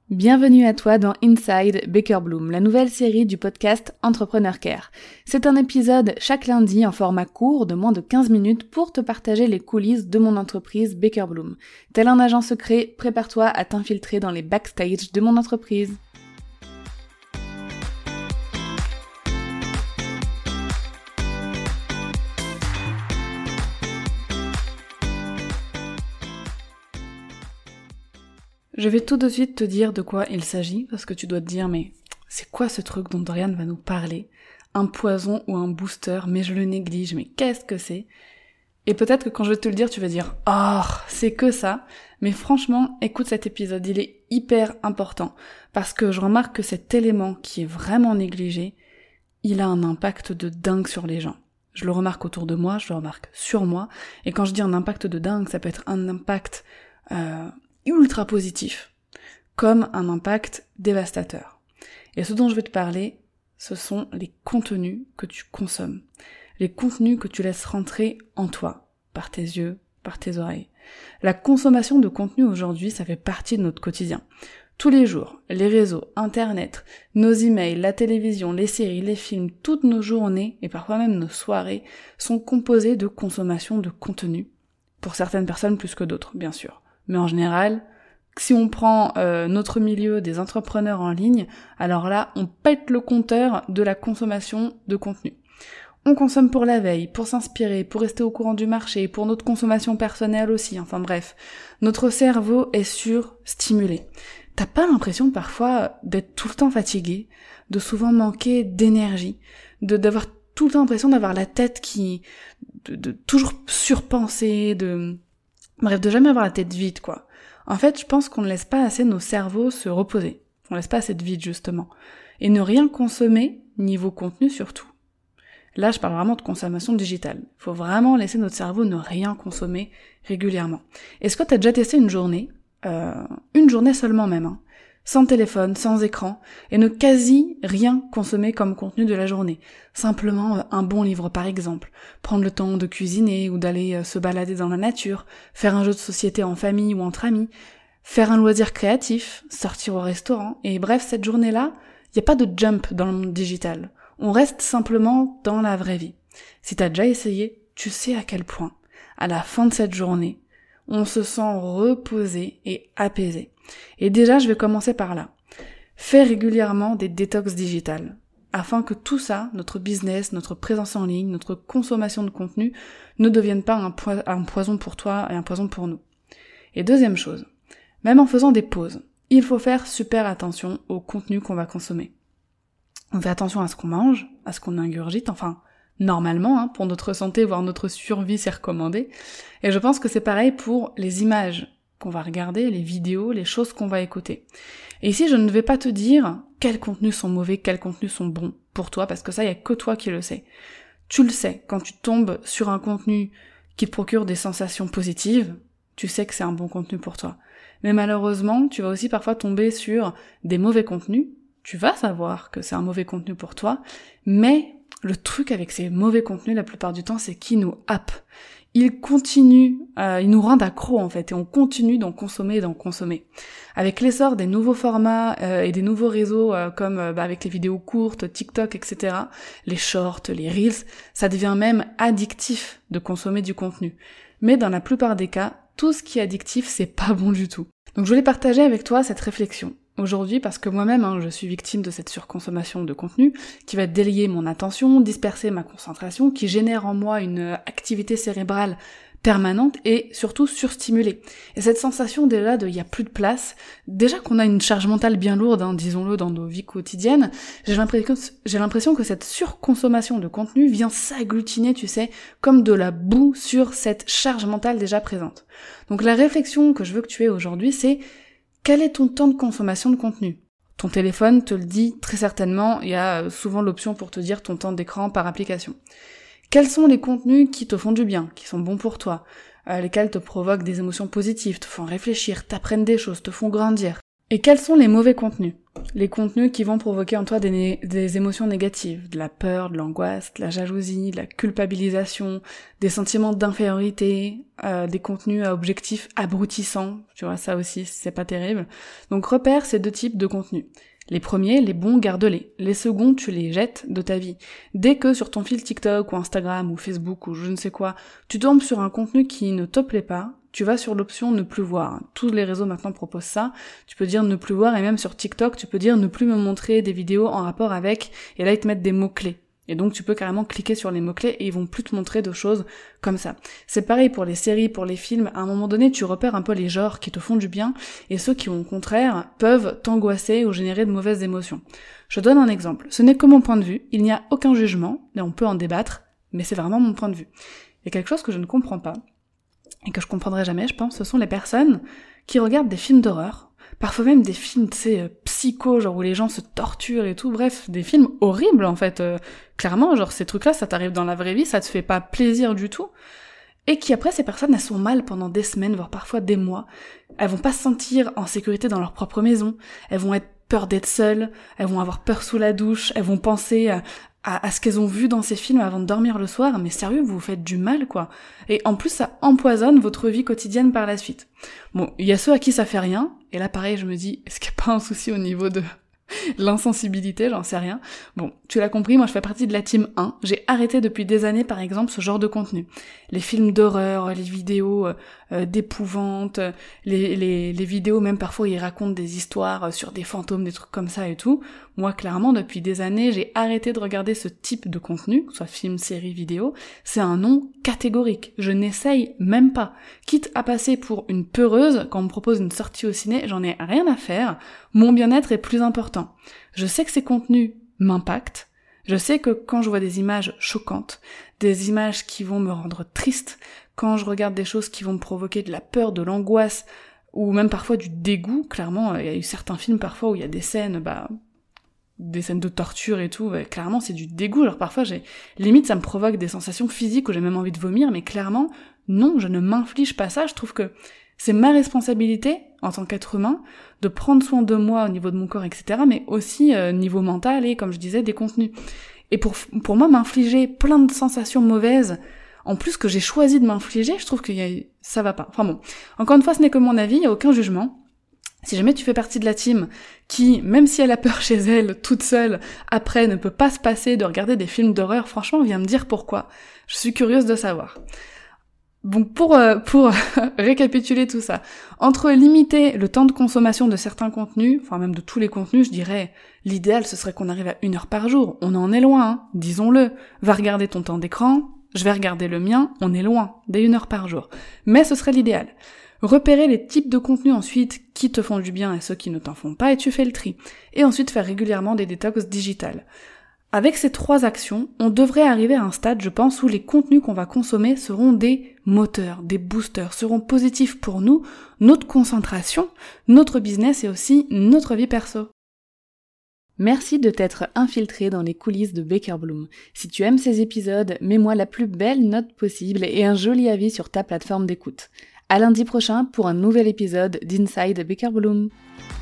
Bienvenue à toi dans Inside Baker Bloom, la nouvelle série du podcast Entrepreneur Care. C'est un épisode chaque lundi en format court de moins de 15 minutes pour te partager les coulisses de mon entreprise Baker Bloom. Tel un agent secret, prépare-toi à t'infiltrer dans les backstage de mon entreprise. Je vais tout de suite te dire de quoi il s'agit, parce que tu dois te dire, mais c'est quoi ce truc dont Dorian va nous parler? Un poison ou un booster, mais je le néglige, mais qu'est-ce que c'est? Et peut-être que quand je vais te le dire, tu vas dire, oh, c'est que ça. Mais franchement, écoute cet épisode, il est hyper important, parce que je remarque que cet élément qui est vraiment négligé, il a un impact de dingue sur les gens. Je le remarque autour de moi, je le remarque sur moi, et quand je dis un impact de dingue, ça peut être un impact ultra positif, comme un impact dévastateur. Et ce dont je vais te parler, ce sont les contenus que tu consommes, les contenus que tu laisses rentrer en toi, par tes yeux, par tes oreilles. La consommation de contenu aujourd'hui, ça fait partie de notre quotidien. Tous les jours, les réseaux, Internet, nos emails, la télévision, les séries, les films, toutes nos journées, et parfois même nos soirées, sont composées de consommation de contenu. Pour certaines personnes plus que d'autres, bien sûr. Mais en général, si on prend notre milieu des entrepreneurs en ligne, alors là, on pète le compteur de la consommation de contenu. On consomme pour la veille, pour s'inspirer, pour rester au courant du marché, pour notre consommation personnelle aussi, enfin bref. Notre cerveau est surstimulé. T'as pas l'impression parfois d'être tout le temps fatigué, de souvent manquer d'énergie, d'avoir tout le temps l'impression d'avoir la tête de toujours surpenser, bref, de jamais avoir la tête vide, quoi. En fait, je pense qu'on ne laisse pas assez nos cerveaux se reposer. On laisse pas assez de vide, justement. Et ne rien consommer, niveau contenu surtout. Là, je parle vraiment de consommation digitale. Il faut vraiment laisser notre cerveau ne rien consommer régulièrement. Est-ce que tu as déjà testé une journée seulement même, sans téléphone, sans écran, et ne quasi rien consommer comme contenu de la journée. Simplement un bon livre par exemple, prendre le temps de cuisiner ou d'aller se balader dans la nature, faire un jeu de société en famille ou entre amis, faire un loisir créatif, sortir au restaurant, et bref, cette journée-là, il n'y a pas de jump dans le monde digital. On reste simplement dans la vraie vie. Si t'as déjà essayé, tu sais à quel point, à la fin de cette journée, on se sent reposé et apaisé. Et déjà, je vais commencer par là. Fais régulièrement des détox digitales, afin que tout ça, notre business, notre présence en ligne, notre consommation de contenu, ne devienne pas un poison pour toi et un poison pour nous. Et deuxième chose, même en faisant des pauses, il faut faire super attention au contenu qu'on va consommer. On fait attention à ce qu'on mange, à ce qu'on ingurgite, enfin, normalement, pour notre santé, voire notre survie, c'est recommandé. Et je pense que c'est pareil pour les images qu'on va regarder, les vidéos, les choses qu'on va écouter. Et ici, je ne vais pas te dire quels contenus sont mauvais, quels contenus sont bons pour toi, parce que ça, il y a que toi qui le sais. Tu le sais, quand tu tombes sur un contenu qui te procure des sensations positives, tu sais que c'est un bon contenu pour toi. Mais malheureusement, tu vas aussi parfois tomber sur des mauvais contenus, tu vas savoir que c'est un mauvais contenu pour toi, mais le truc avec ces mauvais contenus, la plupart du temps, c'est qu'ils nous happent. Ils nous rendent accros en fait, et on continue d'en consommer et d'en consommer. Avec l'essor des nouveaux formats et des nouveaux réseaux comme avec les vidéos courtes, TikTok, etc., les shorts, les reels, ça devient même addictif de consommer du contenu. Mais dans la plupart des cas, tout ce qui est addictif, c'est pas bon du tout. Donc je voulais partager avec toi cette réflexion aujourd'hui parce que moi-même, je suis victime de cette surconsommation de contenu qui va délier mon attention, disperser ma concentration, qui génère en moi une activité cérébrale permanente et surtout surstimulée. Et cette sensation déjà de il y a plus de place, déjà qu'on a une charge mentale bien lourde, disons-le, dans nos vies quotidiennes, j'ai l'impression que cette surconsommation de contenu vient s'agglutiner, tu sais, comme de la boue sur cette charge mentale déjà présente. Donc la réflexion que je veux que tu aies aujourd'hui, c'est quel est ton temps de consommation de contenu ? Ton téléphone te le dit très certainement, il y a souvent l'option pour te dire ton temps d'écran par application. Quels sont les contenus qui te font du bien, qui sont bons pour toi, lesquels te provoquent des émotions positives, te font réfléchir, t'apprennent des choses, te font grandir ? Et quels sont les mauvais contenus ? les contenus qui vont provoquer en toi des émotions négatives, de la peur, de l'angoisse, de la jalousie, de la culpabilisation, des sentiments d'infériorité, des contenus à objectifs abrutissants, tu vois, ça aussi, c'est pas terrible. Donc repère ces 2 types de contenus. Les premiers, les bons, garde-les. Les seconds, tu les jettes de ta vie. Dès que sur ton fil TikTok ou Instagram ou Facebook ou je ne sais quoi, tu tombes sur un contenu qui ne te plaît pas, tu vas sur l'option ne plus voir. Tous les réseaux maintenant proposent ça. Tu peux dire ne plus voir et même sur TikTok, tu peux dire ne plus me montrer des vidéos en rapport avec, et là ils te mettent des mots-clés. Et donc tu peux carrément cliquer sur les mots-clés et ils vont plus te montrer de choses comme ça. C'est pareil pour les séries, pour les films. À un moment donné, tu repères un peu les genres qui te font du bien et ceux qui, au contraire, peuvent t'angoisser ou générer de mauvaises émotions. Je donne un exemple. Ce n'est que mon point de vue. Il n'y a aucun jugement et on peut en débattre, mais c'est vraiment mon point de vue. Et quelque chose que je ne comprends pas et que je comprendrai jamais, je pense, ce sont les personnes qui regardent des films d'horreur. Parfois même des films, tu sais, psycho, genre où les gens se torturent et tout, bref, des films horribles en fait, clairement, genre ces trucs-là, ça t'arrive dans la vraie vie, ça te fait pas plaisir du tout, et qui après, ces personnes, elles sont mal pendant des semaines, voire parfois des mois, elles vont pas se sentir en sécurité dans leur propre maison, elles vont être peur d'être seules, elles vont avoir peur sous la douche, elles vont penser à ce qu'elles ont vu dans ces films avant de dormir le soir, mais sérieux, vous vous faites du mal, quoi. Et en plus, ça empoisonne votre vie quotidienne par la suite. Bon, il y a ceux à qui ça fait rien, et là, pareil, je me dis, est-ce qu'il n'y a pas un souci au niveau de l'insensibilité, j'en sais rien. Bon, tu l'as compris, moi je fais partie de la team 1. J'ai arrêté depuis des années, par exemple, ce genre de contenu. Les films d'horreur, les vidéos d'épouvante, les vidéos même parfois où ils racontent des histoires sur des fantômes, des trucs comme ça et tout. Moi, clairement, depuis des années, j'ai arrêté de regarder ce type de contenu, que ce soit film, série, vidéo. C'est un non catégorique. Je n'essaye même pas. Quitte à passer pour une peureuse quand on me propose une sortie au ciné, j'en ai rien à faire. Mon bien-être est plus important. Je sais que ces contenus m'impactent. Je sais que quand je vois des images choquantes, des images qui vont me rendre triste, quand je regarde des choses qui vont me provoquer de la peur, de l'angoisse, ou même parfois du dégoût, clairement, il y a eu certains films parfois où il y a des scènes de torture et tout, clairement c'est du dégoût, genre parfois limite ça me provoque des sensations physiques où j'ai même envie de vomir, mais clairement, non, je ne m'inflige pas ça, je trouve que c'est ma responsabilité, en tant qu'être humain, de prendre soin de moi au niveau de mon corps, etc., mais aussi niveau mental et, comme je disais, des contenus. Et pour moi, m'infliger plein de sensations mauvaises, en plus que j'ai choisi de m'infliger, je trouve que ça va pas. Enfin bon, encore une fois, ce n'est que mon avis, il n'y a aucun jugement. Si jamais tu fais partie de la team qui, même si elle a peur chez elle, toute seule, après ne peut pas se passer de regarder des films d'horreur, franchement, viens me dire pourquoi. Je suis curieuse de savoir. Donc pour récapituler tout ça, entre limiter le temps de consommation de certains contenus, enfin même de tous les contenus, je dirais, l'idéal ce serait qu'on arrive à 1 heure par jour. On en est loin, hein, disons-le. Va regarder ton temps d'écran, je vais regarder le mien, on est loin des 1 heure par jour. Mais ce serait l'idéal. Repérer les types de contenus ensuite qui te font du bien et ceux qui ne t'en font pas et tu fais le tri. Et ensuite faire régulièrement des détox digitales. Avec ces 3 actions, on devrait arriver à un stade, je pense, où les contenus qu'on va consommer seront des moteurs, des boosters, seront positifs pour nous, notre concentration, notre business et aussi notre vie perso. Merci de t'être infiltré dans les coulisses de Baker Bloom. Si tu aimes ces épisodes, mets-moi la plus belle note possible et un joli avis sur ta plateforme d'écoute. À lundi prochain pour un nouvel épisode d'Inside Baker Bloom.